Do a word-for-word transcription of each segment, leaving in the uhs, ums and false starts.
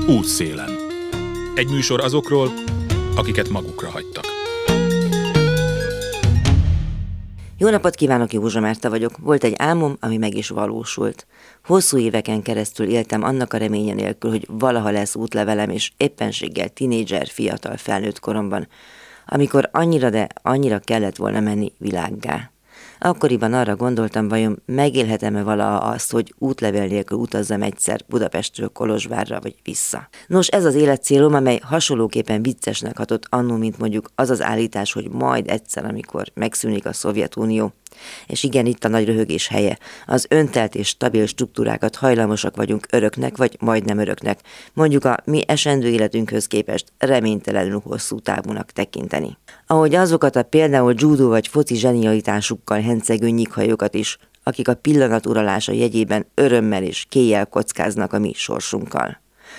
Útszélen. Egy műsor azokról, akiket magukra hagytak. Jó napot kívánok, Józsa Márta vagyok. Volt egy álmom, ami meg is valósult. Hosszú éveken keresztül éltem annak a reménye nélkül, hogy valaha lesz útlevelem, és éppenséggel tinédzser, fiatal felnőtt koromban, amikor annyira, de annyira kellett volna menni világgá. Akkoriban arra gondoltam, vajon megélhetem-e valaha azt, hogy útlevél nélkül utazzam egyszer Budapestről Kolozsvárra vagy vissza. Nos, ez az életcélom, amely hasonlóképpen viccesnek hatott annó, mint mondjuk az az állítás, hogy majd egyszer, amikor megszűnik a Szovjetunió. És igen, itt a nagy röhögés helye. Az öntelt és stabil struktúrákat hajlamosak vagyunk öröknek, vagy majdnem öröknek, mondjuk a mi esendő életünkhöz képest reménytelenül hosszú távúnak tekinteni. Ahogy azokat a például judó vagy foci zsenialitásukkal hencegő nyighajókat is, akik a pillanat uralása jegyében örömmel és kéjjel kockáznak a mi sorsunkkal.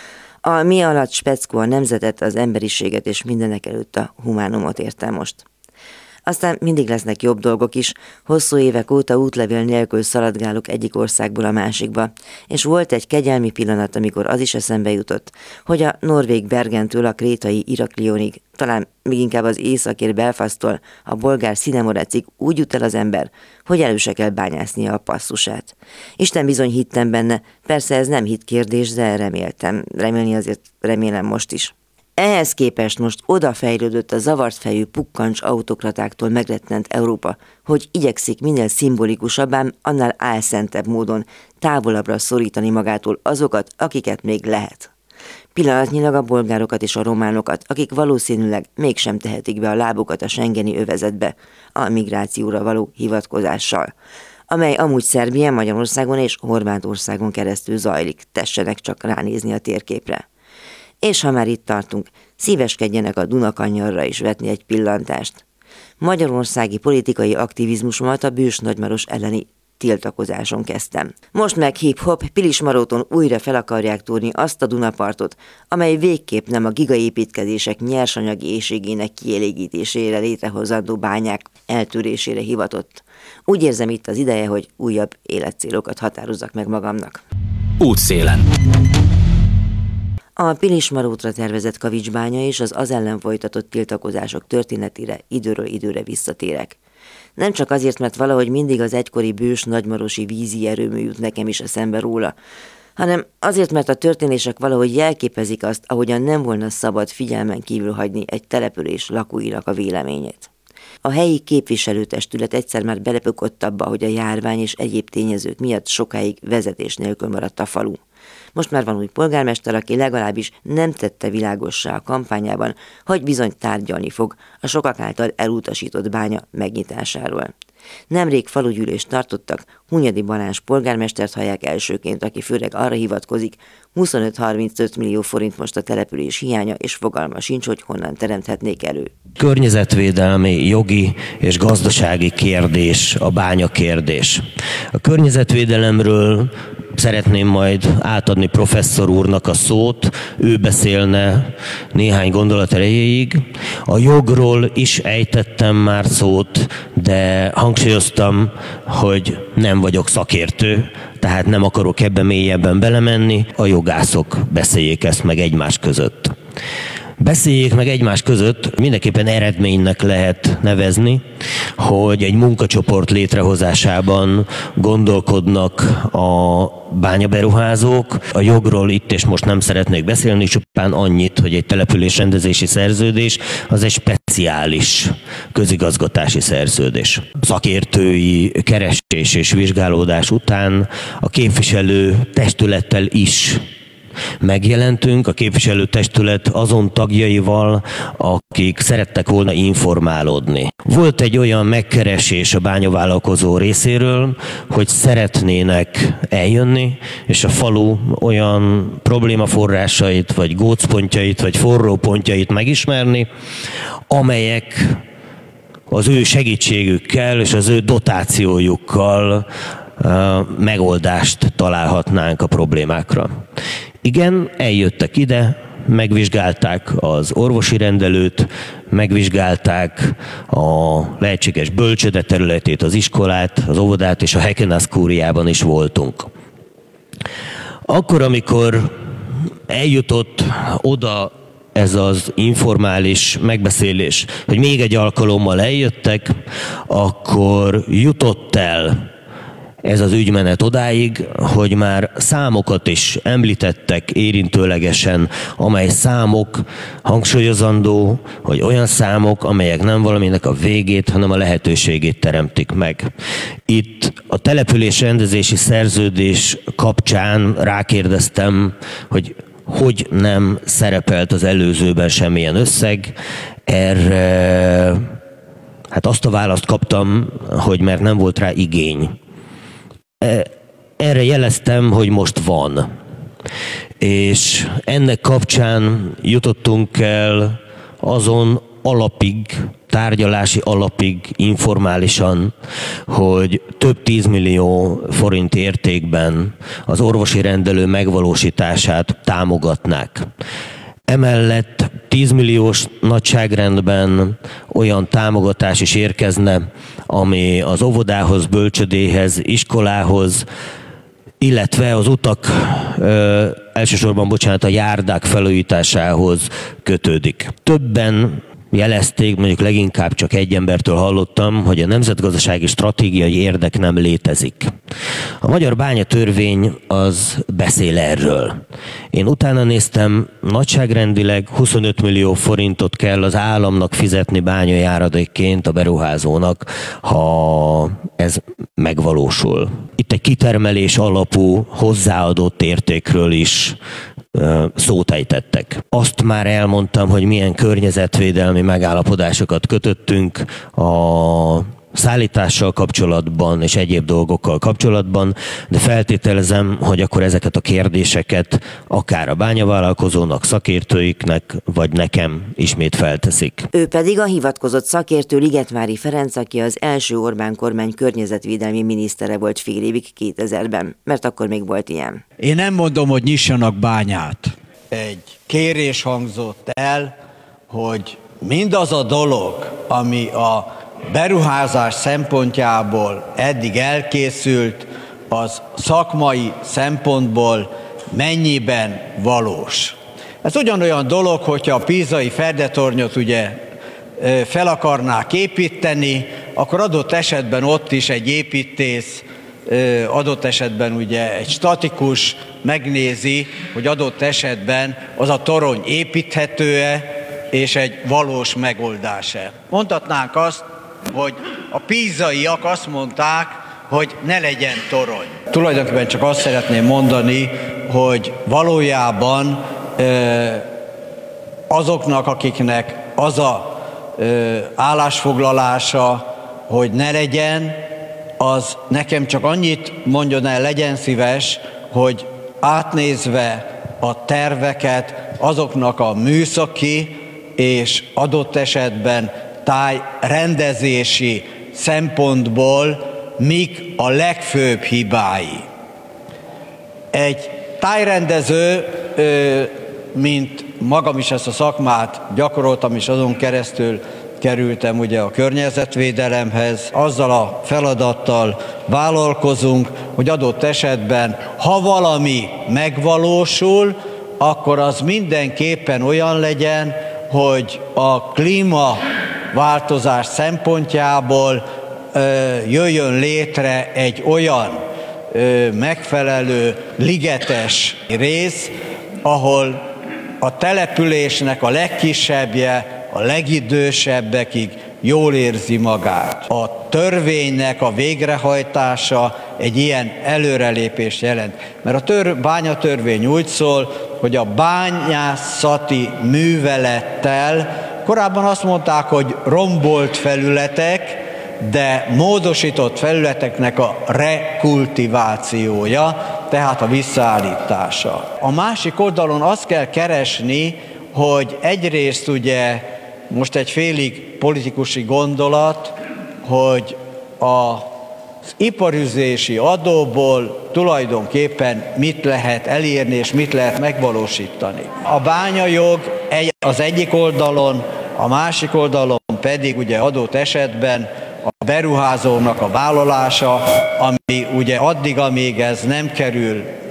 A mi alatt speckó a nemzetet, az emberiséget és mindenek előtt a humánumot értem most. Aztán mindig lesznek jobb dolgok is, hosszú évek óta útlevél nélkül szaladgálok egyik országból a másikba, és volt egy kegyelmi pillanat, amikor az is eszembe jutott, hogy a norvég Bergentől a krétai Iraklionig, talán még inkább az északír Belfasttól a bolgár Szinemoracig úgy jut el az ember, hogy elő se kell bányásznia a passzusát. Isten bizony hittem benne, persze ez nem hitkérdés, de reméltem, remélni azért remélem most is. Ehhez képest most odafejlődött a zavart fejű pukkancs autokratáktól megrettent Európa, hogy igyekszik minél szimbolikusabb, ám annál álszentebb módon távolabbra szorítani magától azokat, akiket még lehet. Pillanatnyilag a bolgárokat és a románokat, akik valószínűleg mégsem tehetik be a lábukat a schengeni övezetbe a migrációra való hivatkozással, amely amúgy Szerbia, Magyarországon és Horvátországon keresztül zajlik, tessenek csak ránézni a térképre. És ha már itt tartunk, szíveskedjenek a Dunakanyarra is vetni egy pillantást. Magyarországi politikai aktivizmusomat a Bős Nagymaros elleni tiltakozáson kezdtem. Most meg hip-hop Pilismaróton újra fel akarják túrni azt a Dunapartot, amely végképp nem a gigaépítkezések nyersanyagi éhségének kielégítésére létrehozandó bányák eltörésére hivatott. Úgy érzem, itt az ideje, hogy újabb életcélokat határozzak meg magamnak. Útszélen. A Pilismarótra tervezett kavicsbánya és az az ellen folytatott tiltakozások történetére időről időre visszatérek. Nem csak azért, mert valahogy mindig az egykori bős nagymarosi vízi erőmű jut nekem is eszembe róla, hanem azért, mert a történések valahogy jelképezik azt, ahogyan nem volna szabad figyelmen kívül hagyni egy település lakóinak a véleményét. A helyi képviselőtestület egyszer már belepökött abba, hogy a járvány és egyéb tényezők miatt sokáig vezetés nélkül maradt a falu. Most már van új polgármester, aki legalábbis nem tette világossá a kampányában, hogy bizony tárgyalni fog a sokak által elutasított bánya megnyitásáról. Nemrég falugyűlést tartottak, Hunyadi Balázs polgármestert hallják elsőként, aki főleg arra hivatkozik, huszonöt-harmincöt millió forint most a település hiánya, és fogalma sincs, hogy honnan teremthetnék elő. Környezetvédelmi, jogi és gazdasági kérdés, a bánya kérdés. A környezetvédelemről szeretném majd átadni professzor úrnak a szót, ő beszélne néhány gondolat erejéig. A jogról is ejtettem már szót, de hangsúlyoztam, hogy nem vagyok szakértő, tehát nem akarok ebbe mélyebben belemenni, a jogászok beszéljék ezt meg egymás között. Beszéljék meg egymás között, mindenképpen eredménynek lehet nevezni, hogy egy munkacsoport létrehozásában gondolkodnak a bányaberuházók. A jogról itt és most nem szeretnék beszélni, csupán annyit, hogy egy településrendezési szerződés az egy speciális közigazgatási szerződés. Szakértői keresés és vizsgálódás után a képviselő testülettel is megjelentünk, a képviselőtestület azon tagjaival, akik szerettek volna informálódni. Volt egy olyan megkeresés a bányavállalkozó részéről, hogy szeretnének eljönni, és a falu olyan problémaforrásait, vagy gócpontjait, vagy forró pontjait megismerni, amelyek az ő segítségükkel és az ő dotációjukkal megoldást találhatnánk a problémákra. Igen, eljöttek ide, megvizsgálták az orvosi rendelőt, megvizsgálták a lehetséges bölcsőde területét, az iskolát, az óvodát, és a Hekenász kúriában is voltunk. Akkor, amikor eljutott oda ez az informális megbeszélés, hogy még egy alkalommal eljöttek, akkor jutott el ez az ügymenet odáig, hogy már számokat is említettek érintőlegesen, amely számok hangsúlyozandó, hogy olyan számok, amelyek nem valaminek a végét, hanem a lehetőségét teremtik meg. Itt a település rendezési szerződés kapcsán rákérdeztem, hogy hogy nem szerepelt az előzőben semmilyen összeg. Erre hát azt a választ kaptam, hogy mert nem volt rá igény. Erre jeleztem, hogy most van. És ennek kapcsán jutottunk el azon alapig, tárgyalási alapig informálisan, hogy több tízmillió forint értékben az orvosi rendelő megvalósítását támogatnák. Emellett tízmilliós nagyságrendben olyan támogatás is érkezne, ami az óvodához, bölcsödéhez, iskolához, illetve az utak, ö, elsősorban, bocsánat, a járdák felújításához kötődik. Többen jelezték, mondjuk leginkább csak egy embertől hallottam, hogy a nemzetgazdasági stratégiai érdek nem létezik. A magyar bányatörvény az beszél erről. Én utána néztem, nagyságrendileg huszonöt millió forintot kell az államnak fizetni bányajáradékként a beruházónak, ha ez megvalósul. Itt egy kitermelés alapú hozzáadott értékről is szót ejtettek. Azt már elmondtam, hogy milyen környezetvédelmi megállapodásokat kötöttünk a szállítással kapcsolatban és egyéb dolgokkal kapcsolatban, de feltételezem, hogy akkor ezeket a kérdéseket akár a bányavállalkozónak, szakértőiknek, vagy nekem ismét felteszik. Ő pedig a hivatkozott szakértő Ligetvári Ferenc, aki az első Orbán kormány környezetvédelmi minisztere volt fél évig kétezerben, mert akkor még volt ilyen. Én nem mondom, hogy nyissanak bányát. Egy kérés hangzott el, hogy mindaz a dolog, ami a beruházás szempontjából eddig elkészült, az szakmai szempontból mennyiben valós. Ez ugyanolyan dolog, hogyha a pízai Ferdetornyot ugye fel akarnák építeni, akkor adott esetben ott is egy építész, adott esetben ugye egy statikus megnézi, hogy adott esetben az a torony építhető-e, és egy valós megoldás-e. Mondhatnánk azt, hogy a pízaiak azt mondták, hogy ne legyen torony. Tulajdonképpen csak azt szeretném mondani, hogy valójában azoknak, akiknek az a állásfoglalása, hogy ne legyen, az nekem csak annyit mondjon el, legyen szíves, hogy átnézve a terveket, azoknak a műszaki és adott esetben tájrendezési szempontból mik a legfőbb hibái. Egy tájrendező, mint magam is ezt a szakmát gyakoroltam, és azon keresztül kerültem ugye a környezetvédelemhez, azzal a feladattal vállalkozunk, hogy adott esetben, ha valami megvalósul, akkor az mindenképpen olyan legyen, hogy a klímaváltozás szempontjából ö, jöjjön létre egy olyan ö, megfelelő ligetes rész, ahol a településnek a legkisebbje, a legidősebbekig jól érzi magát. A törvénynek a végrehajtása egy ilyen előrelépést jelent. Mert a tör, bányatörvény úgy szól, hogy a bányászati művelettel, korábban azt mondták, hogy rombolt felületek, de módosított felületeknek a rekultivációja, tehát a visszaállítása. A másik oldalon azt kell keresni, hogy egyrészt ugye most egy félig politikusi gondolat, hogy az iparüzési adóból tulajdonképpen mit lehet elérni és mit lehet megvalósítani. A bányajog az egyik oldalon, a másik oldalon pedig ugye adott esetben a beruházónak a vállalása, ami ugye addig, amíg ez nem kerül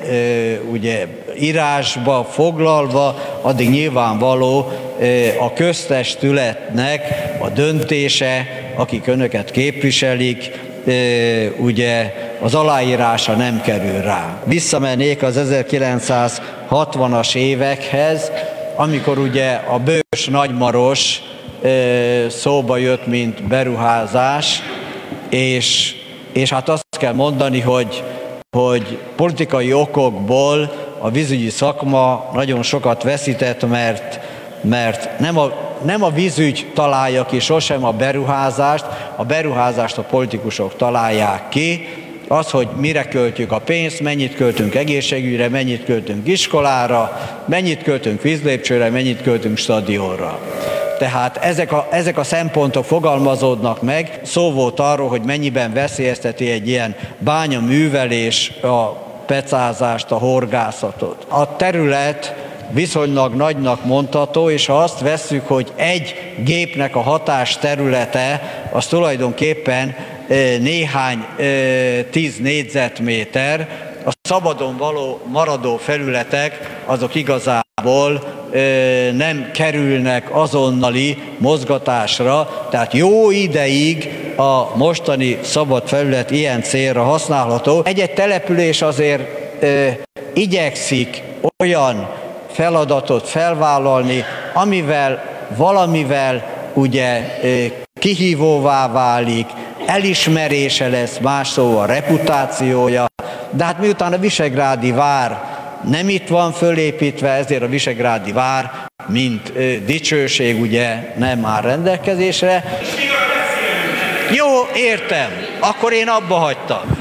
ugye írásba foglalva, addig nyilvánvaló a köztestületnek a döntése, akik önöket képviselik, ugye az aláírása nem kerül rá. Visszamennék az ezerkilencszázhatvanas évekhez, amikor ugye a Bős Nagymaros szóba jött, mint beruházás, és, és hát azt kell mondani, hogy, hogy politikai okokból a vízügyi szakma nagyon sokat veszített, mert, mert nem a Nem a vízügy találja ki sosem a beruházást, a beruházást a politikusok találják ki. Az, hogy mire költjük a pénzt, mennyit költünk egészségügyre, mennyit költünk iskolára, mennyit költünk vízlépcsőre, mennyit költünk stadionra. Tehát ezek a, ezek a szempontok fogalmazódnak meg. Szó volt arról, hogy mennyiben veszélyezteti egy ilyen bányaművelés a pecázást, a horgászatot. A terület viszonylag nagynak mondható, és ha azt vesszük, hogy egy gépnek a hatás területe, az tulajdonképpen néhány tíz négyzetméter, a szabadon való maradó felületek, azok igazából nem kerülnek azonnali mozgatásra, tehát jó ideig a mostani szabad felület ilyen célra használható. Egy-egy település azért igyekszik olyan feladatot felvállalni, amivel valamivel ugye kihívóvá válik, elismerése lesz, más szóval reputációja, de hát miután a Visegrádi vár nem itt van fölépítve, ezért a Visegrádi vár, mint dicsőség, ugye nem áll rendelkezésre. Jó, értem, akkor én abba hagytam.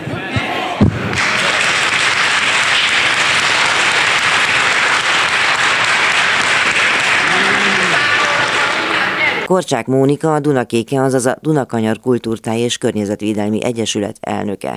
Korcsák Mónika, a Dunakéke, azaz a Dunakanyar Kultúrtáj és Környezetvédelmi Egyesület elnöke.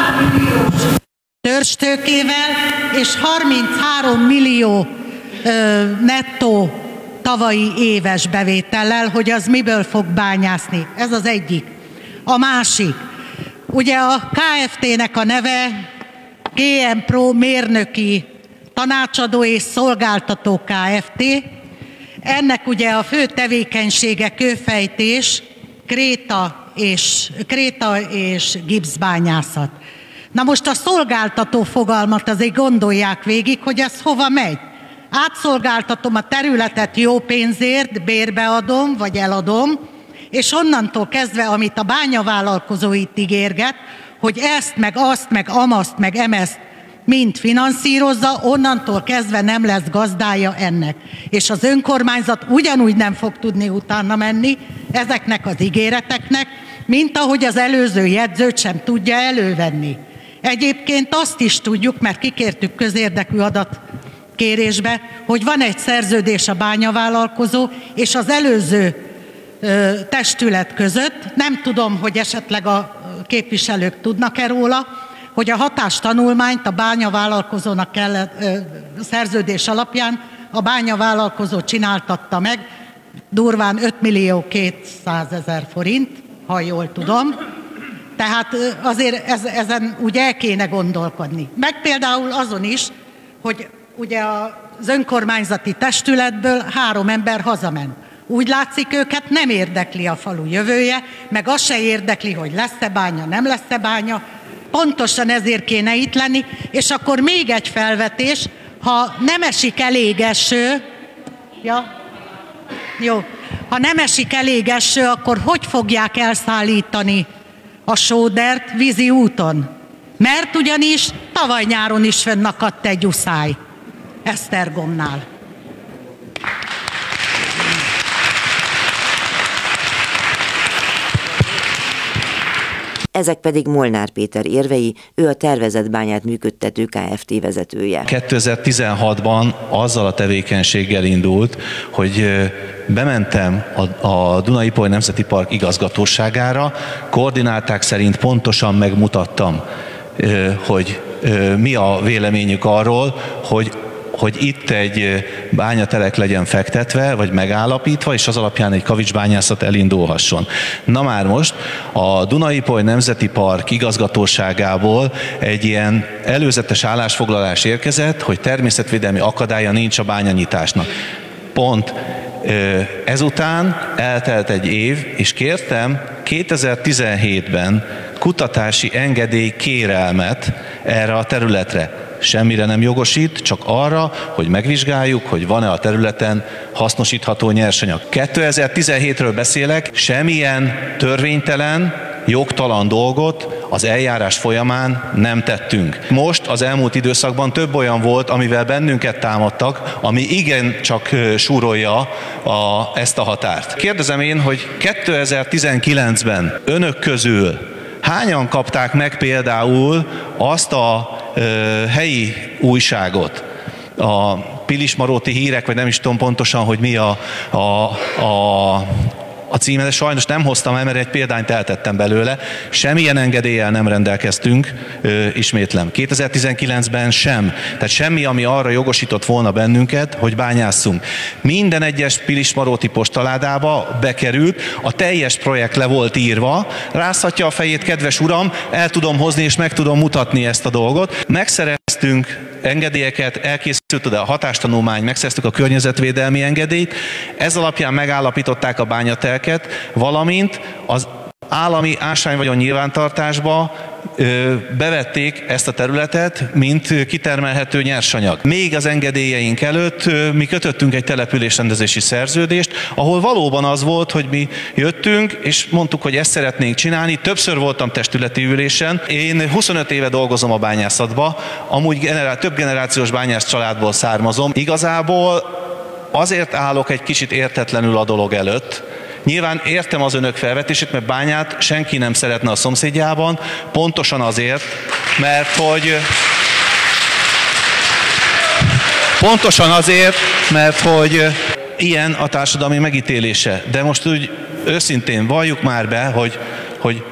Törstőkével és harminchárom millió ö, nettó tavalyi éves bevétellel, hogy az miből fog bányászni. Ez az egyik. A másik, ugye a ká ef té-nek a neve gé em Pro Mérnöki Tanácsadó és Szolgáltató Kft. Ennek ugye a fő tevékenysége kőfejtés, kréta és, kréta és gipszbányászat. Na most a szolgáltató fogalmat azért gondolják végig, hogy ez hova megy. Átszolgáltatom a területet jó pénzért, bérbeadom vagy eladom, és onnantól kezdve, amit a bányavállalkozó itt ígérget, hogy ezt, meg azt, meg amaszt, meg emezt mind finanszírozza, onnantól kezdve nem lesz gazdája ennek. És az önkormányzat ugyanúgy nem fog tudni utána menni ezeknek az ígéreteknek, mint ahogy az előző jegyzőt sem tudja elővenni. Egyébként azt is tudjuk, mert kikértük közérdekű adatkérésbe, hogy van egy szerződés a bányavállalkozó és az előző ö, testület között, nem tudom, hogy esetleg a képviselők tudnak-e róla, hogy a hatástanulmányt a bányavállalkozónak kellett, ö, szerződés alapján a bányavállalkozó csináltatta meg, durván öt millió kétszázezer forint, ha jól tudom. Tehát azért ez, ezen úgy el kéne gondolkodni. Meg például azon is, hogy ugye az önkormányzati testületből három ember hazament. Úgy látszik, őket nem érdekli a falu jövője, meg az se érdekli, hogy lesz-e bánya, nem lesz-e bánya. Pontosan ezért kéne itt lenni, és akkor még egy felvetés, ha nem esik elég eső, ja, jó, ha nem esik elég eső, akkor hogy fogják elszállítani a sódert vízi úton? Mert ugyanis tavaly nyáron is fönnakadt egy uszály Esztergomnál. Ezek pedig Molnár Péter érvei, ő a tervezett bányát működtető Kft. Vezetője. kétezer-tizenhatban azzal a tevékenységgel indult, hogy bementem a, a Duna-Ipoly Nemzeti Park igazgatóságára, koordinálták szerint pontosan megmutattam, hogy mi a véleményük arról, hogy hogy itt egy bányatelek legyen fektetve, vagy megállapítva, és az alapján egy kavicsbányászat elindulhasson. Na már most a Duna-Ipoly Nemzeti Park igazgatóságából egy ilyen előzetes állásfoglalás érkezett, hogy természetvédelmi akadálya nincs a bányanyitásnak. Pont. Ezután eltelt egy év, és kértem kétezer-tizenhétben kutatási engedély kérelmet erre a területre. Semmire nem jogosít, csak arra, hogy megvizsgáljuk, hogy van-e a területen hasznosítható nyersanyag. kétezer-tizenhétről beszélek, semmilyen törvénytelen, jogtalan dolgot az eljárás folyamán nem tettünk. Most az elmúlt időszakban több olyan volt, amivel bennünket támadtak, ami igen csak súrolja a, ezt a határt. Kérdezem én, hogy kétezer-tizenkilencben önök közül hányan kapták meg például azt a ö, helyi újságot, a Pilismaróti hírek, vagy nem is tudom pontosan, hogy mi a, a, a, a címe, de sajnos nem hoztam el, mert egy példányt eltettem belőle. Semmilyen engedéllyel nem rendelkeztünk, ö, ismétlem. kétezer-tizenkilencben sem. Tehát semmi, ami arra jogosított volna bennünket, hogy bányásszunk. Minden egyes Pilismaróti postaládába bekerült, a teljes projekt le volt írva, rázhatja a fejét, kedves uram, el tudom hozni és meg tudom mutatni ezt a dolgot. Megszereztünk engedélyeket, elkészült oda a hatástanulmány, megszereztük a környezetvédelmi engedélyt, ez alapján megállapították a bányatelket, valamint az állami ásványvagyon nyilvántartásba ö, bevették ezt a területet, mint kitermelhető nyersanyag. Még az engedélyeink előtt ö, mi kötöttünk egy településrendezési szerződést, ahol valóban az volt, hogy mi jöttünk, és mondtuk, hogy ezt szeretnénk csinálni. Többször voltam testületi ülésen. Én huszonöt éve dolgozom a bányászatba, amúgy generá- több generációs bányász családból származom. Igazából azért állok egy kicsit értetlenül a dolog előtt. Nyilván értem az önök felvetését, mert bányát senki nem szeretne a szomszédjában, pontosan azért, mert hogy pontosan azért, mert hogy ilyen a társadalmi megítélése. De most úgy őszintén valljuk már be, hogy, hogy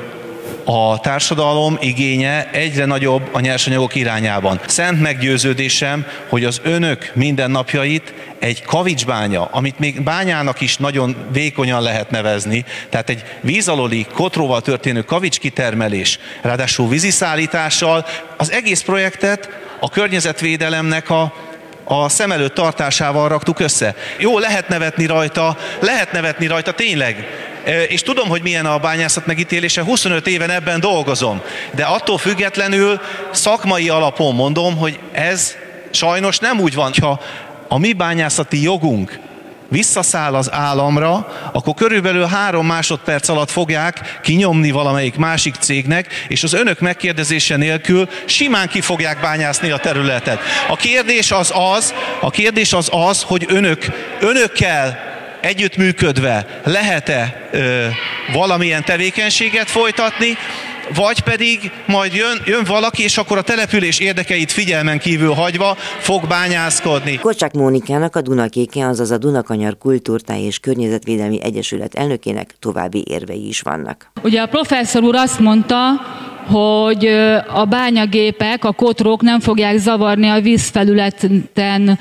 a társadalom igénye egyre nagyobb a nyersanyagok irányában. Szent meggyőződésem, hogy az önök mindennapjait egy kavicsbánya, amit még bányának is nagyon vékonyan lehet nevezni, tehát egy víz aluli kotróval történő kavicskitermelés, ráadásul víziszállítással, az egész projektet a környezetvédelemnek a a szem előtt tartásával raktuk össze. Jó, lehet nevetni rajta, lehet nevetni rajta, tényleg. És tudom, hogy milyen a bányászat megítélése, huszonöt éven ebben dolgozom. De attól függetlenül szakmai alapon mondom, hogy ez sajnos nem úgy van, ha a mi bányászati jogunk visszaszáll az államra, akkor körülbelül három másodperc alatt fogják kinyomni valamelyik másik cégnek, és az önök megkérdezése nélkül simán ki fogják bányászni a területet. A kérdés az az, a kérdés az, az hogy önök, önökkel együttműködve lehet-e ö, valamilyen tevékenységet folytatni, vagy pedig majd jön, jön valaki, és akkor a település érdekeit figyelmen kívül hagyva fog bányászkodni. Kocsák Mónikának, a Dunakéke, azaz a Dunakanyar Kultúrtáj és Környezetvédelmi Egyesület elnökének további érvei is vannak. Ugye a professzor úr azt mondta, hogy a bányagépek, a kotrók nem fogják zavarni a vízfelületen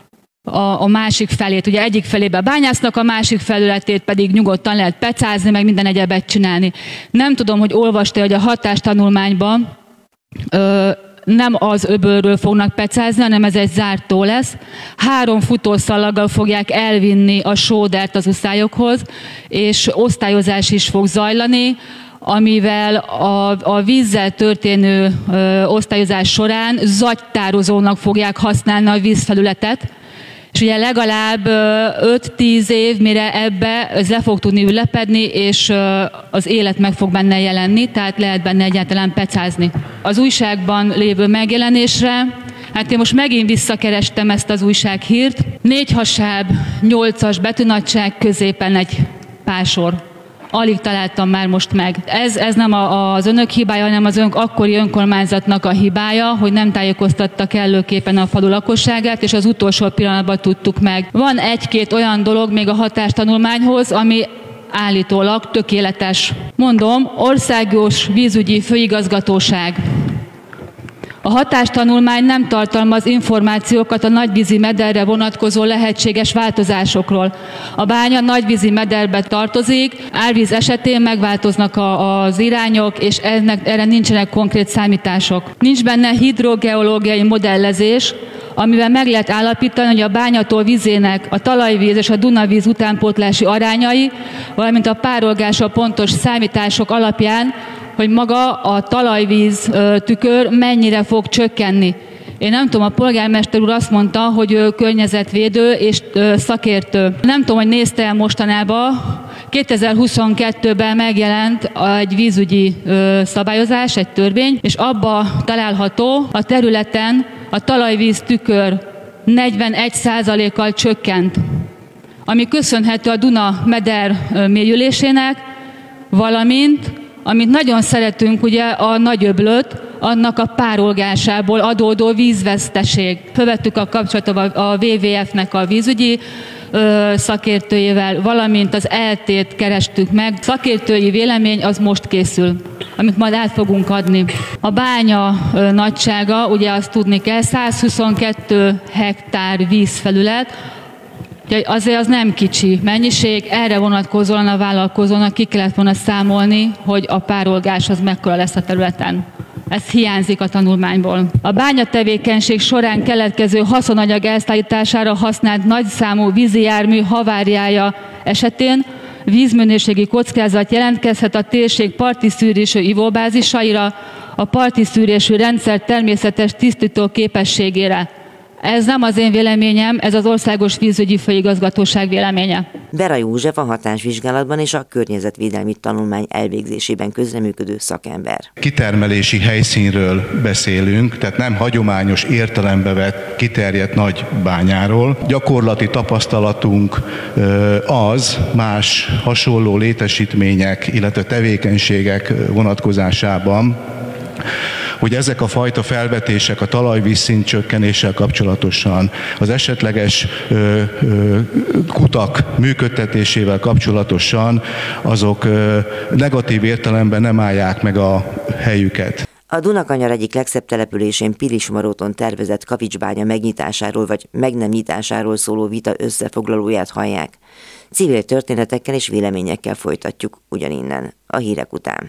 A, a másik felét. Ugye egyik felébe bányásznak, a másik felületét pedig nyugodtan lehet pecázni, meg minden egyebet csinálni. Nem tudom, hogy olvasta, hogy a hatástanulmányban ö, nem az öbölről fognak pecázni, hanem ez egy zárt tó lesz. Három futószalaggal fogják elvinni a sódert az uszályokhoz, és osztályozás is fog zajlani, amivel a, a vízzel történő ö, osztályozás során zagytározónak fogják használni a vízfelületet. És ugye legalább öt-tíz év, mire ebbe ez le fog tudni ülepedni, és az élet meg fog benne jelenni, tehát lehet benne egyáltalán pecázni. Az újságban lévő megjelenésre, hát én most megint visszakerestem ezt az újsághírt, négy hasáb, nyolcas betűnagyság, középen egy pásor. Alig találtam már most meg. Ez, ez nem a, az önök hibája, hanem az önök akkori önkormányzatnak a hibája, hogy nem tájékoztatta kellőképpen a falu lakosságát, és az utolsó pillanatban tudtuk meg. Van egy-két olyan dolog még a hatástanulmányhoz, ami állítólag tökéletes. Mondom, Országos Vízügyi Főigazgatóság. A hatástanulmány nem tartalmaz információkat a nagyvízi mederre vonatkozó lehetséges változásokról. A bánya nagyvízi mederbe tartozik, árvíz esetén megváltoznak a, az irányok, és ennek, erre nincsenek konkrét számítások. Nincs benne hidrogeológiai modellezés, amivel meg lehet állapítani, hogy a bányatól vizének a talajvíz és a Dunavíz utánpótlási arányai, valamint a párolgása pontos számítások alapján, hogy maga a talajvíz tükör mennyire fog csökkenni. Én nem tudom, a polgármester úr azt mondta, hogy ő környezetvédő és szakértő. Nem tudom, hogy nézte el mostanában, kétezer-huszonkettőben megjelent egy vízügyi szabályozás, egy törvény, és abba található a területen a talajvíz tükör negyvenegy százalékkal csökkent, ami köszönhető a Duna meder mélyülésének, valamint amit nagyon szeretünk, ugye a Nagyöblöt, annak a párolgásából adódó vízveszteség. Fölvettük a kapcsolatot a dupla vé vé ef-nek a vízügyi ö, szakértőjével, valamint az é el té-t kerestük meg. Szakértői vélemény az most készül, amit majd át fogunk adni. A bánya ö, nagysága, ugye azt tudni kell, százhuszonkettő hektár vízfelület, azért az nem kicsi mennyiség, erre vonatkozóan a vállalkozónak ki kellett volna számolni, hogy a párolgás az mekkora lesz a területen. Ez hiányzik a tanulmányból. A bányatevékenység során keletkező haszonanyag elszállítására használt nagyszámú vízi jármű haváriája esetén vízminőségi kockázat jelentkezhet a térség parti szűrésű ivóbázisaira, a parti szűrésű rendszer természetes tisztító képességére. Ez nem az én véleményem, ez az Országos Vízügyi Főigazgatóság véleménye. Bera József a hatásvizsgálatban és a környezetvédelmi tanulmány elvégzésében közreműködő szakember. Kitermelési helyszínről beszélünk, tehát nem hagyományos értelembe vett kiterjedt nagy bányáról. Gyakorlati tapasztalatunk az más hasonló létesítmények, illetve tevékenységek vonatkozásában, hogy ezek a fajta felvetések a talajvízszint csökkenéssel kapcsolatosan, az esetleges ö, ö, kutak működtetésével kapcsolatosan, azok ö, negatív értelemben nem állják meg a helyüket. A Dunakanyar egyik legszebb településén, Pilismaróton tervezett kavicsbánya megnyitásáról vagy meg nem nyitásáról szóló vita összefoglalóját hallják. Civil történetekkel és véleményekkel folytatjuk ugyaninnen, a hírek után.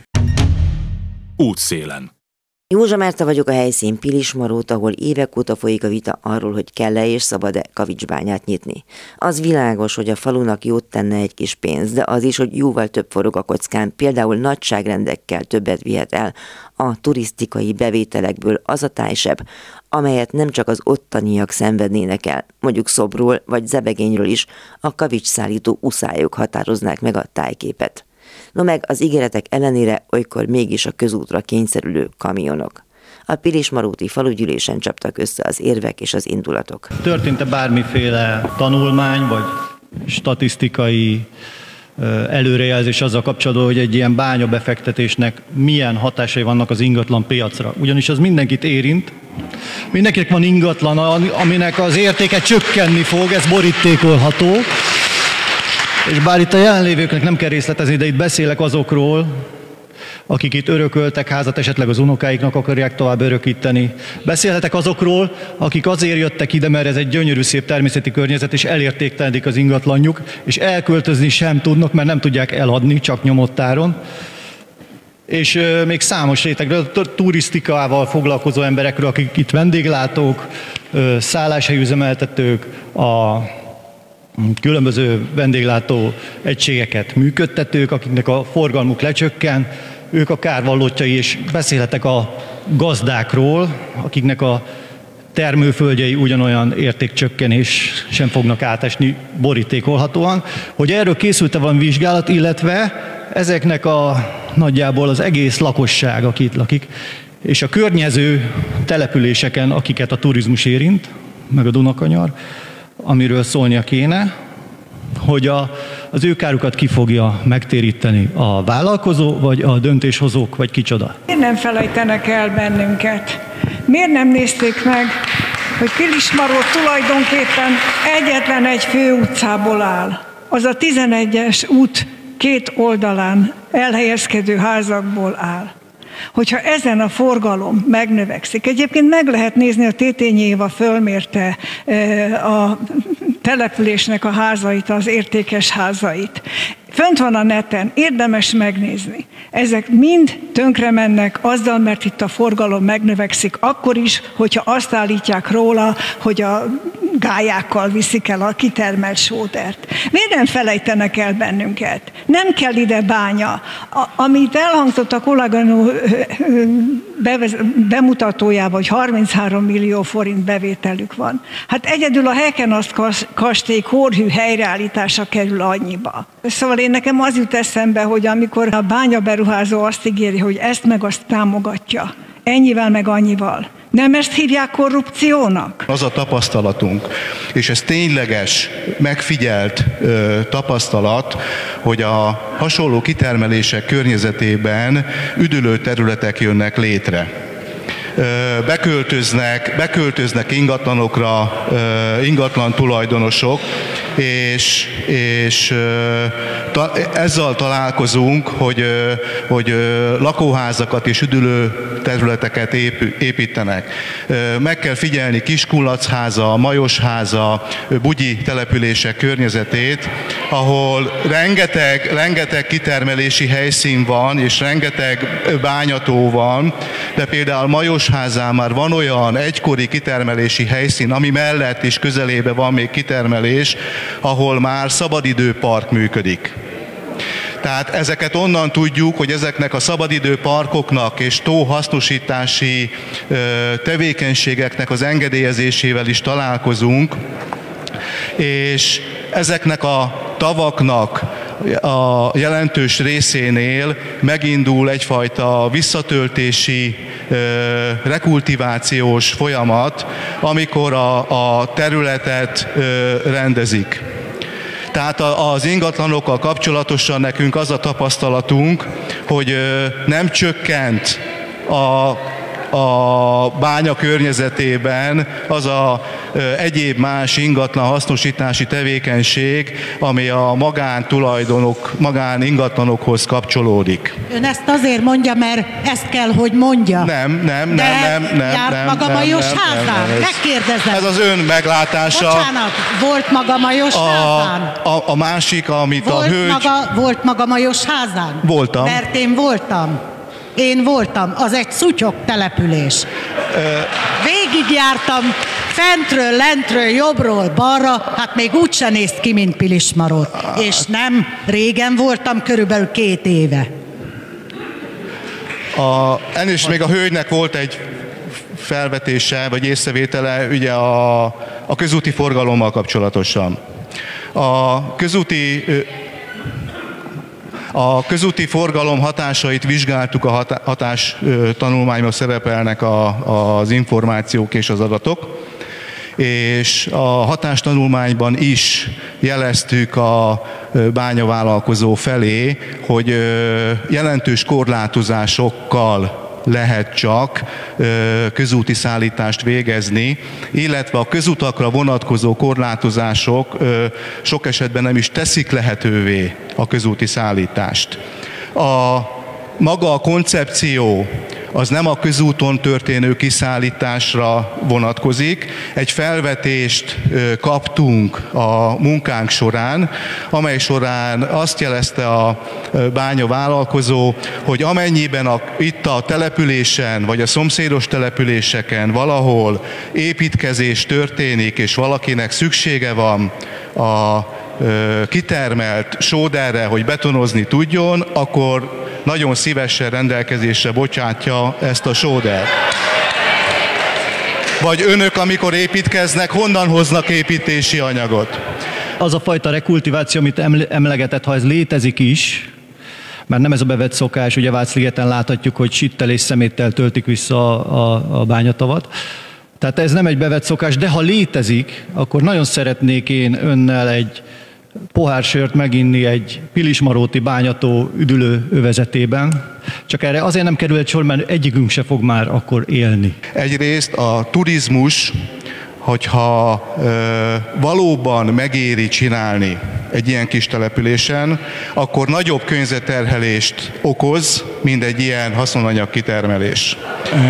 Útszélen. Józsa Márta vagyok, a helyszín Pilismarót, ahol évek óta folyik a vita arról, hogy kell-e és szabad-e kavicsbányát nyitni. Az világos, hogy a falunak jót tenne egy kis pénz, de az is, hogy jóval több forog a kockán, például nagyságrendekkel többet vihet el a turisztikai bevételekből az a tájseb, amelyet nem csak az ottaniak szenvednének el, mondjuk Szobról vagy Zebegényről is, a kavicsszállító uszályok határoznák meg a tájképet. No meg az ígéretek ellenére olykor mégis a közútra kényszerülő kamionok. A Pilismaróti falugyűlésen csaptak össze az érvek és az indulatok. Történt-e bármiféle tanulmány vagy statisztikai előrejelzés azzal kapcsolatban, hogy egy ilyen bányabefektetésnek milyen hatásai vannak az ingatlan piacra? Ugyanis az mindenkit érint. Mindenkinek van ingatlan, aminek az értéke csökkenni fog, ez borítékolható. És bár itt a jelenlévőknek nem kell részletezni, de itt beszélek azokról, akik itt örököltek házat, esetleg az unokáiknak akarják tovább örökíteni. Beszélhetek azokról, akik azért jöttek ide, mert ez egy gyönyörű, szép természeti környezet, és elértéktelenik az ingatlanjuk, és elköltözni sem tudnak, mert nem tudják eladni, csak nyomott áron. És euh, még számos rétegről, turisztikával foglalkozó emberekről, akik itt vendéglátók, euh, szálláshelyüzemeltetők, a különböző vendéglátó egységeket működtetők, akiknek a forgalmuk lecsökken, ők a kárvallottjai, és beszélhetek a gazdákról, akiknek a termőföldjei ugyanolyan értékcsökkenés sem fognak átesni borítékolhatóan, hogy erről készült-e valami vizsgálat, illetve ezeknek a nagyjából az egész lakosság, aki itt lakik, és a környező településeken, akiket a turizmus érint, meg a Dunakanyar, amiről szólnia kéne, hogy a, az ő kárukat ki fogja megtéríteni, a vállalkozó, vagy a döntéshozók, vagy kicsoda. Miért nem felejtenek el bennünket? Miért nem nézték meg, hogy Pilismaró tulajdonképpen egyetlen egy főutcából áll? Az a tizenegyes út két oldalán elhelyezkedő házakból áll. hogyha ezen a forgalom megnövekszik. Egyébként meg lehet nézni, a Tétényi Éva fölmérte a településnek a házait, az értékes házait. Fönt van a neten, érdemes megnézni. Ezek mind tönkre mennek azzal, mert itt a forgalom megnövekszik, akkor is, hogyha azt állítják róla, hogy a gályákkal viszik el a kitermelt sódert. Miért nem felejtenek el bennünket? Nem kell ide bánya. A, amit elhangzott a kolléganő bemutatójában, hogy harminchárom millió forint bevételük van. Hát egyedül a Hekenasz kastély kórhű helyreállítása kerül annyiba. Szóval én nekem az jut eszembe, hogy amikor a bányaberuházó azt ígéri, hogy ezt meg azt támogatja, ennyivel meg annyival, nem ezt hívják korrupciónak? Az a tapasztalatunk, és ez tényleges, megfigyelt ö, tapasztalat, hogy a hasonló kitermelések környezetében üdülő területek jönnek létre. Ö, beköltöznek, beköltöznek ingatlanokra, ö, ingatlan tulajdonosok, és, és ta, ezzel találkozunk, hogy, hogy lakóházakat és üdülő területeket építenek. Meg kell figyelni Kiskullacháza, Majosháza, Bugyi települések környezetét, ahol rengeteg, rengeteg kitermelési helyszín van, és rengeteg bányató van, de például Majosházán már van olyan egykori kitermelési helyszín, ami mellett is közelében van még kitermelés, ahol már szabadidőpark működik. Tehát ezeket onnan tudjuk, hogy ezeknek a szabadidőparkoknak és tóhasznosítási tevékenységeknek az engedélyezésével is találkozunk, és ezeknek a tavaknak a jelentős részénél megindul egyfajta visszatöltési, rekultivációs folyamat, amikor a, a területet rendezik. Tehát az ingatlanokkal kapcsolatosan nekünk az a tapasztalatunk, hogy nem csökkent a a bánya környezetében az a egyéb más ingatlan hasznosítási tevékenység, ami a magántulajdonok, magán ingatlanokhoz kapcsolódik. Ön ezt azért mondja, mert ezt kell, hogy mondja. Nem, nem, De nem, nem, nem. járt nem, maga nem, Majos nem, házán? nem, nem. Megkérdezem. Ez az ön meglátása. Bocsánat, volt maga Majos a, házán? A, a másik, amit volt a hölgy... Maga, volt maga Majos házán? Voltam. Mert én voltam. Én voltam, az egy szutyok település. Végigjártam fentről, lentről, jobbról, balra, hát még úgy se nézt ki, mint Pilismarott. És nem, régen voltam, körülbelül két éve. A, ennél még a hölgynek volt egy felvetése, vagy észrevétele ugye a, a közúti forgalommal kapcsolatosan. A közúti... A közúti forgalom hatásait vizsgáltuk, a hatás tanulmányban szerepelnek a, az információk és az adatok, és a hatástanulmányban is jeleztük a bányavállalkozó felé, hogy jelentős korlátozásokkal lehet csak közúti szállítást végezni, illetve a közutakra vonatkozó korlátozások sok esetben nem is teszik lehetővé a közúti szállítást. A maga a koncepció az nem a közúton történő kiszállításra vonatkozik. Egy felvetést kaptunk a munkánk során, amely során azt jelezte a bányavállalkozó, hogy amennyiben a, itt a településen, vagy a szomszédos településeken valahol építkezés történik, és valakinek szüksége van a kitermelt sóderre, hogy betonozni tudjon, akkor nagyon szívesen rendelkezésre bocsátja ezt a sódert. Vagy önök, amikor építkeznek, honnan hoznak építési anyagot? Az a fajta rekultiváció, amit emlegetett, ha ez létezik is, mert nem ez a bevett szokás, ugye Václigeten láthatjuk, hogy sittel és szeméttel töltik vissza a, a, a bányatavat. Tehát ez nem egy bevett szokás, de ha létezik, akkor nagyon szeretnék én önnel egy pohár sört meginni egy pilismaróti bányató üdülő övezetében. Csak erre azért nem kerül egy sor, mert egyikünk se fog már akkor élni. Egyrészt a turizmus, hogyha ö, valóban megéri csinálni, egy ilyen kis településen, akkor nagyobb környezetterhelést okoz, mint egy ilyen haszonanyag kitermelés.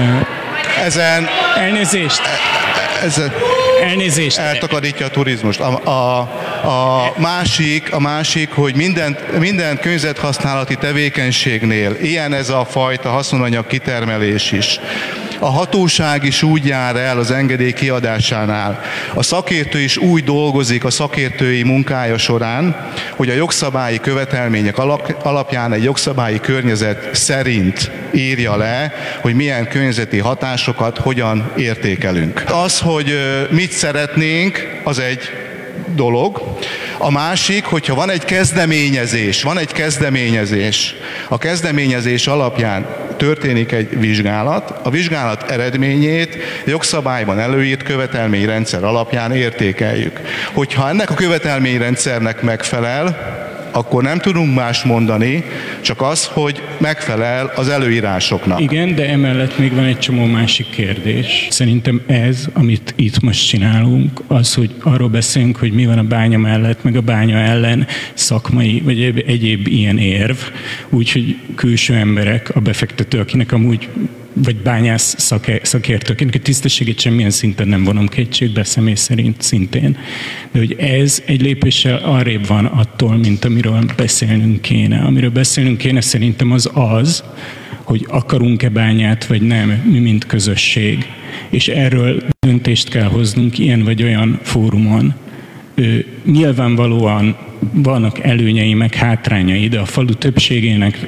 Ezen... Elnézést! Ezen... Elnézést! Eltakarítja a turizmust. A, a, a, másik, a másik, hogy minden, minden környezethasználati tevékenységnél ilyen ez a fajta haszonanyag kitermelés is. A hatóság is úgy jár el az engedély kiadásánál. A szakértő is úgy dolgozik a szakértői munkája során, hogy a jogszabályi követelmények alapján egy jogszabályi környezet szerint írja le, hogy milyen környezeti hatásokat hogyan értékelünk. Az, hogy mit szeretnénk, az egy dolog. A másik, hogyha van egy kezdeményezés, van egy kezdeményezés, a kezdeményezés alapján történik egy vizsgálat, a vizsgálat eredményét jogszabályban előírt követelményrendszer alapján értékeljük. Hogyha ennek a követelményrendszernek megfelel, akkor nem tudunk más mondani, csak az, hogy megfelel az előírásoknak. Igen, de emellett még van egy csomó másik kérdés. Szerintem ez, amit itt most csinálunk, az, hogy arról beszélünk, hogy mi van a bánya mellett, meg a bánya ellen szakmai, vagy egyéb ilyen érv, úgyhogy külső emberek, a befektető, akinek amúgy vagy bányász szakértők, akinek a tisztességét semmilyen szinten nem vonom kétségbe, személy szerint szintén. De hogy ez egy lépéssel arrébb van attól, mint amiről beszélnünk kéne. Amiről beszélnünk kéne szerintem az az, hogy akarunk-e bányát, vagy nem, mi mint közösség. És erről döntést kell hoznunk ilyen vagy olyan fórumon. Ö, nyilvánvalóan vannak előnyei, meg hátrányai, de a falu többségének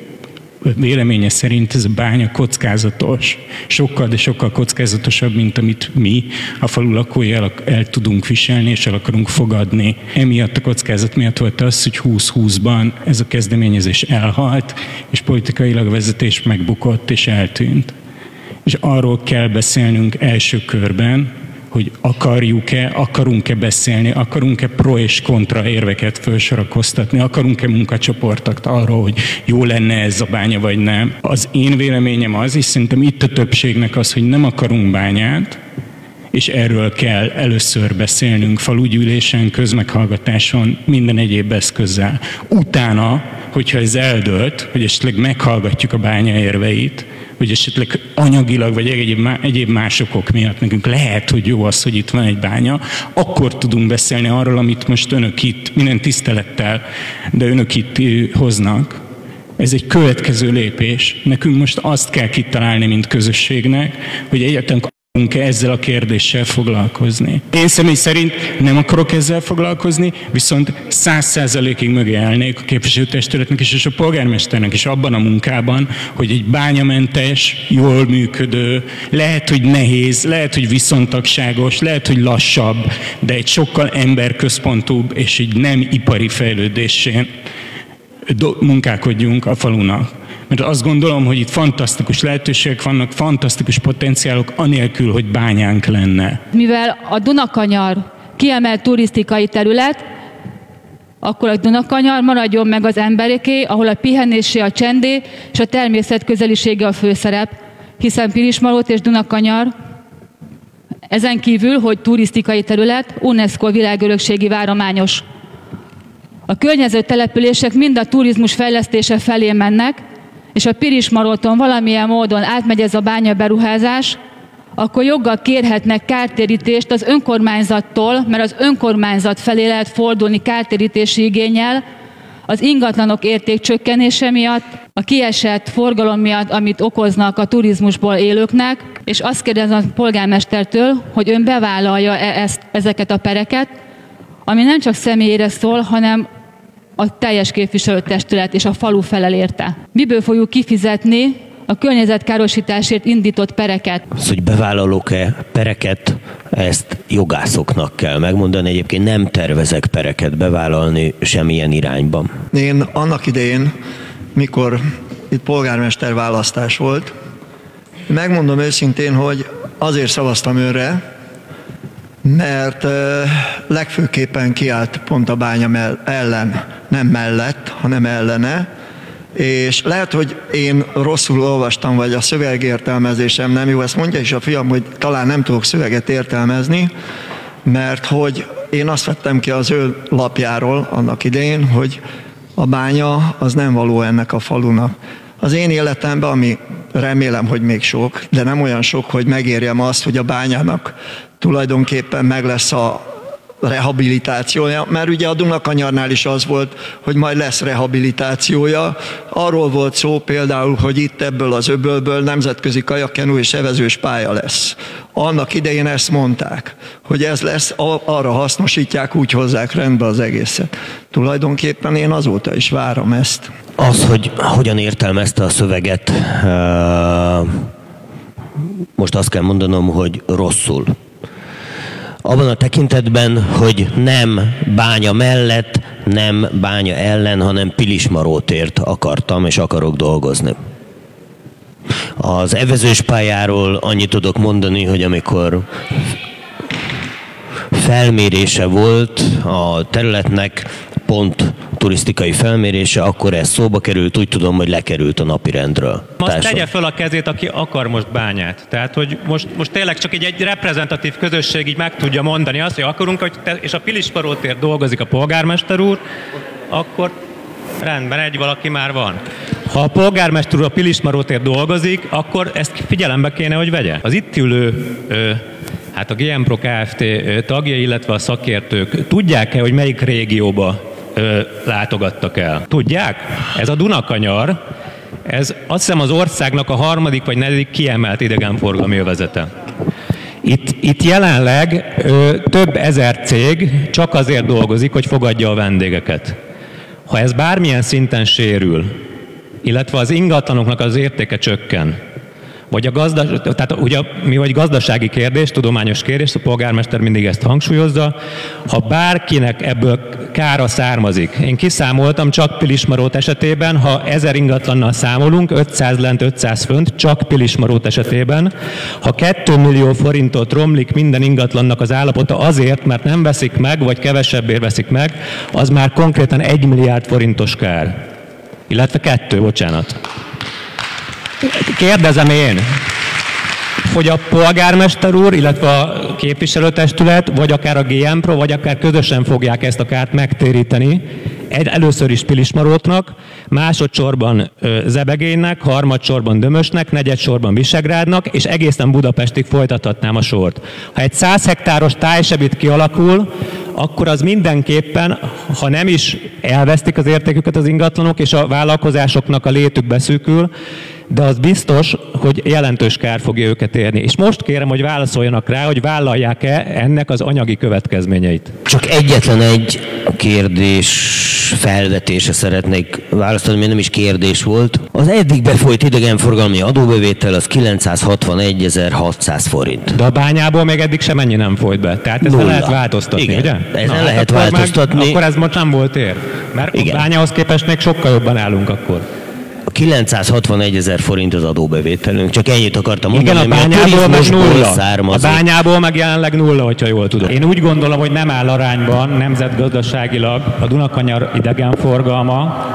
véleménye szerint ez a bánya kockázatos. Sokkal, de sokkal kockázatosabb, mint amit mi, a falu lakói el, el tudunk viselni, és el akarunk fogadni. Emiatt a kockázat miatt volt az, hogy húsz-húszban ez a kezdeményezés elhalt, és politikailag a vezetés megbukott és eltűnt. És arról kell beszélnünk első körben, hogy akarjuk-e, akarunk-e beszélni, akarunk-e pro és kontra érveket felsorakoztatni, akarunk-e munkacsoportot arról, hogy jó lenne ez a bánya, vagy nem. Az én véleményem az, és szerintem itt a többségnek az, hogy nem akarunk bányát, és erről kell először beszélnünk falugyűlésen, közmeghallgatáson, minden egyéb eszközzel. Utána, hogyha ez eldőlt, hogy esetleg meghallgatjuk a bánya érveit, hogy esetleg anyagilag, vagy egyéb, egyéb más okok miatt nekünk lehet, hogy jó az, hogy itt van egy bánya, akkor tudunk beszélni arról, amit most önök itt, minden tisztelettel, de önök itt hoznak. Ez egy következő lépés. Nekünk most azt kell kitalálni, mint közösségnek, hogy egyáltalán akarunk-e ezzel a kérdéssel foglalkozni. Én személy szerint nem akarok ezzel foglalkozni, viszont száz százalékig mögé állnék a képviselőtestületnek is, és a polgármesternek is abban a munkában, hogy egy bányamentes, jól működő, lehet, hogy nehéz, lehet, hogy viszontagságos, lehet, hogy lassabb, de egy sokkal emberközpontúbb és egy nem ipari fejlődésén munkálkodjunk a falunak. Mert azt gondolom, hogy itt fantasztikus lehetőségek vannak, fantasztikus potenciálok, anélkül, hogy bányánk lenne. Mivel a Dunakanyar kiemelt turisztikai terület, akkor a Dunakanyar maradjon meg az embereké, ahol a pihenésé, a csendé és a természet közelisége a főszerep, hiszen Pilismarott és Dunakanyar ezen kívül, hogy turisztikai terület, UNESCO világörökségi várományos. A környező települések mind a turizmus fejlesztése felé mennek, és a Pilismaroton valamilyen módon átmegy ez a bányaberuházás, akkor joggal kérhetnek kártérítést az önkormányzattól, mert az önkormányzat felé lehet fordulni kártérítési igénnyel az ingatlanok értékcsökkenése miatt, a kiesett forgalom miatt, amit okoznak a turizmusból élőknek, és azt kérdezem a polgármestertől, hogy ön bevállalja-e ezt, ezeket a pereket, ami nem csak személyére szól, hanem a teljes képviselőtestület és a falu felel érte. Miből fogjuk kifizetni a környezetkárosításért indított pereket? Az, hogy bevállalok-e pereket, ezt jogászoknak kell megmondani. Egyébként nem tervezek pereket bevállalni semmilyen irányban. Én annak idején, mikor itt polgármester választás volt, megmondom őszintén, hogy azért szavaztam őre, mert legfőképpen kiállt pont a bánya ellen, nem mellett, hanem ellene, és lehet, hogy én rosszul olvastam, vagy a szövegértelmezésem nem jó, ezt mondja is a fiam, hogy talán nem tudok szöveget értelmezni, mert hogy én azt vettem ki az ő lapjáról annak idején, hogy a bánya az nem való ennek a falunak. Az én életemben, ami remélem, hogy még sok, de nem olyan sok, hogy megérjem azt, hogy a bányának tulajdonképpen meg lesz a rehabilitációja, mert ugye a Dunakanyarnál is az volt, hogy majd lesz rehabilitációja. Arról volt szó például, hogy itt ebből az öbölből nemzetközi kajakkenú és evezős pálya lesz. Annak idején ezt mondták, hogy ez lesz, arra hasznosítják, úgy hozzák rendbe az egészet. Tulajdonképpen én azóta is várom ezt. Az, hogy hogyan értelmezte a szöveget, most azt kell mondanom, hogy rosszul. Abban a tekintetben, hogy nem bánya mellett, nem bánya ellen, hanem Pilismarótért akartam és akarok dolgozni. Az evezős pályáról annyit tudok mondani, hogy amikor felmérése volt a területnek, pont turisztikai felmérése, akkor ez szóba került, úgy tudom, hogy lekerült a napirendről. Most tegye föl a kezét, aki akar most bányát. Tehát, hogy most, most tényleg csak így egy reprezentatív közösség így meg tudja mondani azt, hogy akarunk, hogy te, és a Pilismarótért dolgozik a polgármester úr, akkor rendben, egy valaki már van. Ha a polgármester úr a Pilismarótért dolgozik, akkor ezt figyelembe kéne, hogy vegye. Az itt ülő ö, hát a gé em Pro Kft. Tagjai, illetve a szakértők tudják-e, hogy melyik régióba ö, látogattak el? Tudják? Ez a Dunakanyar, ez azt hiszem az országnak a harmadik vagy negyedik kiemelt idegenforgalmi övezete. Itt, itt jelenleg ö, több ezer cég csak azért dolgozik, hogy fogadja a vendégeket. Ha ez bármilyen szinten sérül, illetve az ingatlanoknak az értéke csökken, vagy a gazdas, tehát ugye mi vagy gazdasági kérdés, tudományos kérdés, a polgármester mindig ezt hangsúlyozza, ha bárkinek ebből kára származik. Én kiszámoltam csak Pilismarót esetében, ha ezer ingatlannal számolunk, ötszáz lent, ötszáz fönt, csak Pilismarót esetében, ha két millió forintot romlik minden ingatlannak az állapota azért, mert nem veszik meg, vagy kevesebbért veszik meg, az már konkrétan egy milliárd forintos kár. Illetve kettő, bocsánat. Kérdezem én, hogy a polgármester úr, illetve a képviselőtestület, vagy akár a gé em Pro, vagy akár közösen fogják ezt a kárt megtéríteni, először is Pilismarótnak, másodszorban Zebegénynek, harmadsorban Dömösnek, negyedsorban Visegrádnak, és egészen Budapestig folytathatnám a sort. Ha egy száz hektáros tájsebit kialakul, akkor az mindenképpen, ha nem is elvesztik az értéküket az ingatlanok, és a vállalkozásoknak a létük beszűkül, de az biztos, hogy jelentős kár fogja őket érni. És most kérem, hogy válaszoljanak rá, hogy vállalják-e ennek az anyagi következményeit. Csak egyetlen egy kérdés felvetése szeretnék választani, mert nem is kérdés volt. Az eddig befolyt idegenforgalmi adóbevétel az kilencszázhatvanegyezer-hatszáz forint. De a bányából még eddig semennyi nem folyt be. Tehát ezt lehet változtatni, igen, ugye? Ezen Na, lehet hát változtatni. Meg, akkor ez most nem volt ér. Mert igen. A bányához képest még sokkal jobban állunk akkor. kilencszázhatvanegyezer forint az adóbevételünk. Csak ennyit akartam mondani, igen, a bányából meg nulla. Származik. A bányából meg jelenleg nulla, hogyha jól tudom. Én úgy gondolom, hogy nem áll arányban nemzetgazdaságilag a Dunakanyar idegenforgalma,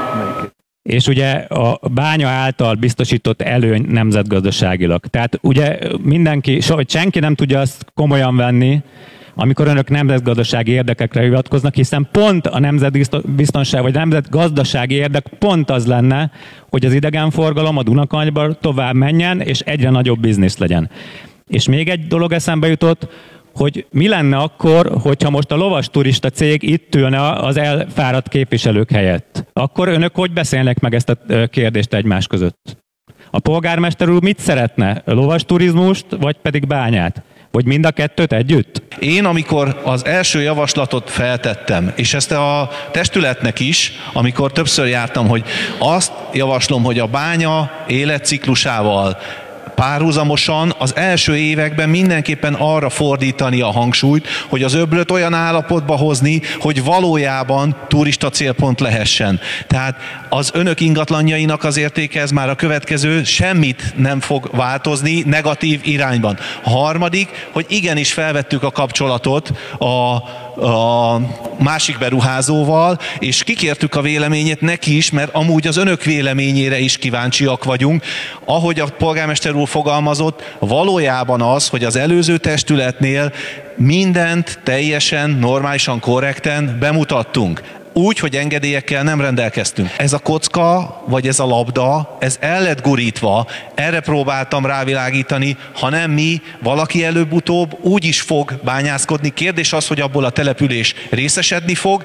és ugye a bánya által biztosított előny nemzetgazdaságilag. Tehát ugye mindenki, senki nem tudja azt komolyan venni, amikor önök nemzetgazdasági érdekekre hivatkoznak, hiszen pont a nemzetbiztonság vagy nemzetgazdasági érdek pont az lenne, hogy az idegenforgalom a Dunakanyarban tovább menjen, és egyre nagyobb biznisz legyen. És még egy dolog eszembe jutott, hogy mi lenne akkor, hogyha most a lovas turista cég itt ülne az elfáradt képviselők helyett. Akkor önök hogy beszélnek meg ezt a kérdést egymás között? A polgármester úr mit szeretne? Lovas turizmust, vagy pedig bányát? Vagy mind a kettőt együtt? Én, amikor az első javaslatot feltettem, és ezt a testületnek is, amikor többször jártam, hogy azt javaslom, hogy a bánya életciklusával párhuzamosan az első években mindenképpen arra fordítani a hangsúlyt, hogy az öblöt olyan állapotba hozni, hogy valójában turista célpont lehessen. Tehát az önök ingatlanjainak az értéke, ez már a következő, semmit nem fog változni negatív irányban. A harmadik, hogy igenis felvettük a kapcsolatot a a másik beruházóval, és kikértük a véleményét neki is, mert amúgy az önök véleményére is kíváncsiak vagyunk. Ahogy a polgármester úr fogalmazott, valójában az, hogy az előző testületnél mindent teljesen normálisan, korrekten bemutattunk. Úgy, hogy engedélyekkel nem rendelkeztünk. Ez a kocka, vagy ez a labda, ez el lett gurítva, erre próbáltam rávilágítani, ha nem mi, valaki előbb-utóbb úgy is fog bányászkodni. Kérdés az, hogy abból a település részesedni fog,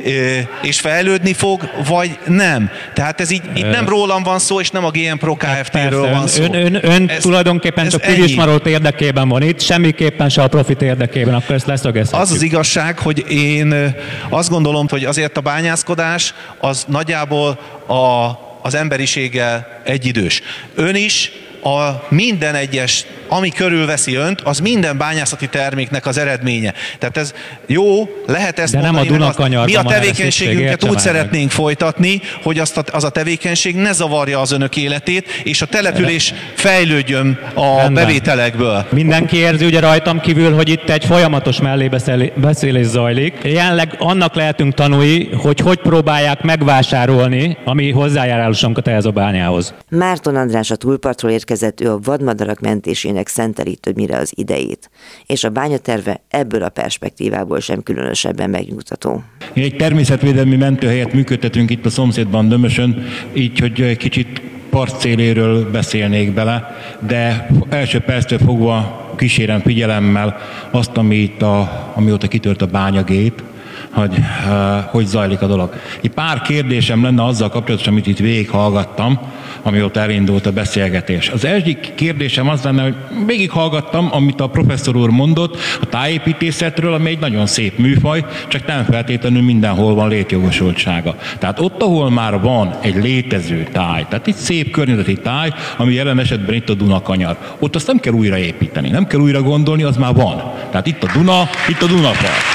és fejlődni fog, vagy nem. Tehát ez így, itt nem rólam van szó, és nem a gé em Pro Kft-ről van szó. Ön, ön, ön ez, tulajdonképpen csak Pilismarót érdekében van itt, semmiképpen se a profit érdekében, akkor ezt leszögezhetjük. Az az igazság, hogy én azt gondolom, hogy azért a bányászkodás az nagyjából a, az emberiséggel egyidős. Ön is a minden egyes, ami körülveszi önt, az minden bányászati terméknek az eredménye. Tehát ez jó, lehet ezt de mondani, nem a azt, mi a tevékenységünket úgy szeretnénk folytatni, hogy azt a, az a tevékenység ne zavarja az önök életét, és a település fejlődjön a Rendben. bevételekből. Mindenki érzi ugye rajtam kívül, hogy itt egy folyamatos mellébeszélés zajlik. Jelenleg annak lehetünk tanúi, hogy hogy próbálják megvásárolni a mi hozzájárulásunkat ehhez a bányához. Márton András a túlpartról érkezett, ő a vadmadarak mentésének szenteli többnyire az idejét, és a bányaterve ebből a perspektívából sem különösebben megnyugtató. Mi egy természetvédelmi mentőhelyet működtetünk itt a szomszédban, Dömösön, így, hogy kicsit partszéléről beszélnék bele, de első perctől fogva kísérem figyelemmel azt, ami itt a, amióta kitört a bányagép, hogy uh, hogy zajlik a dolog. Egy pár kérdésem lenne azzal kapcsolatosan, amit itt végighallgattam, amióta elindult a beszélgetés. Az egyik kérdésem az lenne, hogy végighallgattam, amit a professzor úr mondott a tájépítészetről, ami egy nagyon szép műfaj, csak nem feltétlenül mindenhol van létjogosultsága. Tehát ott, ahol már van egy létező táj, tehát egy szép környezeti táj, ami jelen esetben itt a Dunakanyar, ott azt nem kell újraépíteni, nem kell újra gondolni, az már van. Tehát itt a Duna, itt a Dunapart.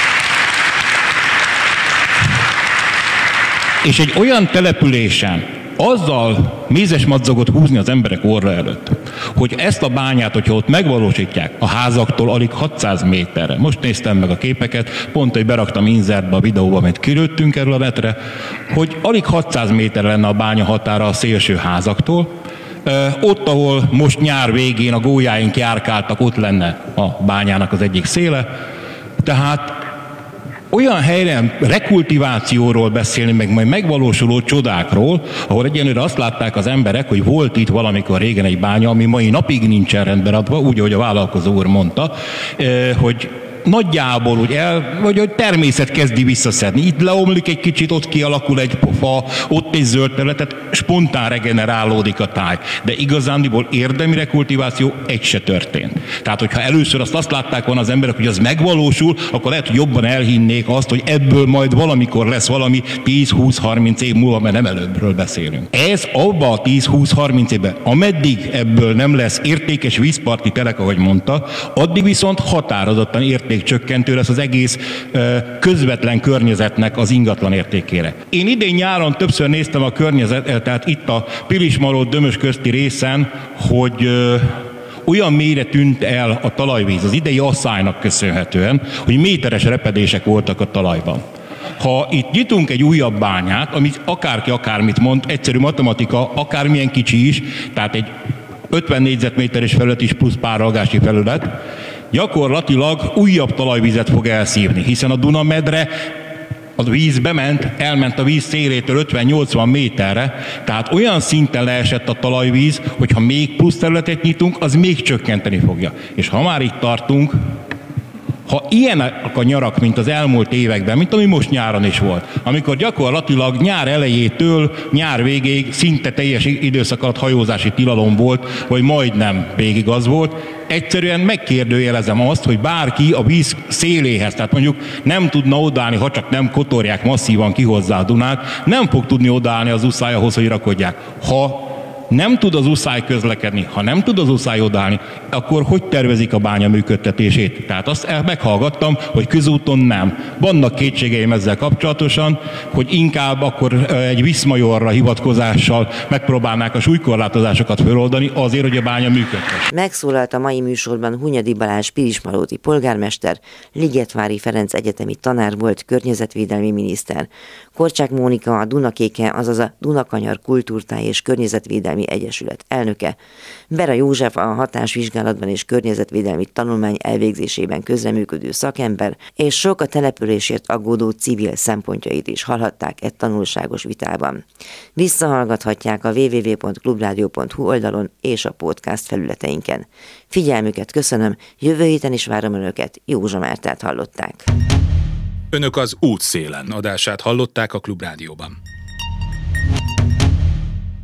És egy olyan településen azzal mézes madzagot húzni az emberek orra előtt, hogy ezt a bányát, hogyha ott megvalósítják a házaktól alig hatszáz méterre. Most néztem meg a képeket, pont, hogy beraktam inzertbe a videóba, amit kilőttünk erről a netre, hogy alig hatszáz méterre lenne a bánya határa a szélső házaktól. Ott, ahol most nyár végén a gólyáink járkáltak, ott lenne a bányának az egyik széle. Tehát olyan helyre rekultivációról beszélni, meg majd megvalósuló csodákról, ahol egyenlőre azt látták az emberek, hogy volt itt valamikor régen egy bánya, ami mai napig nincsen rendben adva, úgy, ahogy a vállalkozó úr mondta, hogy nagyjából, úgy el, vagy hogy természet kezdi visszaszedni. Itt leomlik egy kicsit, ott kialakul egy fa, ott egy zöld területet, spontán regenerálódik a táj. De igazándiból érdemi rekultiváció egy se történt. Tehát, hogyha először azt, azt látták volna az emberek, hogy az megvalósul, akkor lehet, hogy jobban elhinnék azt, hogy ebből majd valamikor lesz valami tíz-húsz-harminc év múlva, mert nem előbbről beszélünk. Ez abba a tíz-húsz-harminc évben, ameddig ebből nem lesz értékes vízparti telek, ahogy mondta, addig viszont határozottan érték csökkentő lesz az egész közvetlen környezetnek az ingatlan értékére. Én idén nyáron többször néztem a környezet, tehát itt a Pilismaró-Dömös közti részen, hogy olyan mélyre tűnt el a talajvíz az idei asszálynak köszönhetően, hogy méteres repedések voltak a talajban. Ha itt nyitunk egy újabb bányát, amit akárki akármit mond, egyszerű matematika, akármilyen kicsi is, tehát egy ötven négyzetméteres felület is plusz párolgási felület, gyakorlatilag újabb talajvizet fog elszívni, hiszen a Dunamedre a víz bement, elment a víz szélétől ötven-nyolcvan méterre, tehát olyan szinten leesett a talajvíz, hogyha még plusz területet nyitunk, az még csökkenteni fogja. És ha már itt tartunk, ha ilyenek a nyarak, mint az elmúlt években, mint ami most nyáron is volt, amikor gyakorlatilag nyár elejétől nyár végéig szinte teljes időszak alatt hajózási tilalom volt, vagy majdnem végig az volt, egyszerűen megkérdőjelezem azt, hogy bárki a víz széléhez, tehát mondjuk nem tudna odállni, ha csak nem kotorják masszívan ki hozzá a Dunát, nem fog tudni odállni az uszájához, hogy rakodják. Ha nem tud az uszály közlekedni, ha nem tud az uszály odállni, akkor hogy tervezik a bánya működtetését? Tehát azt meghallgattam, hogy közúton nem. Vannak kétségeim ezzel kapcsolatosan, hogy inkább akkor egy Viszmajorra hivatkozással megpróbálnák a súlykorlátozásokat feloldani azért, hogy a bánya működtessen. Megszólalt a mai műsorban Hunyadi Balázs pilismalóti polgármester, Ligetvári Ferenc egyetemi tanár volt környezetvédelmi miniszter, Korcsák Mónika a Dunakéke, azaz a Dunakanyar Kultúrtáj és Környezetvédelmi Egyesület elnöke, Bera József a hatásvizsgálatban és környezetvédelmi tanulmány elvégzésében közreműködő szakember, és sok a településért aggódó civil szempontjait is hallhatták e tanulságos vitában. Visszahallgathatják a double-u double-u double-u pont klubrádió pont hu oldalon és a podcast felületeinken. Figyelmüket köszönöm, jövő héten is várom Önöket, Józsa Mártát hallották. Önök az Útszélen adását hallották a Klubrádióban.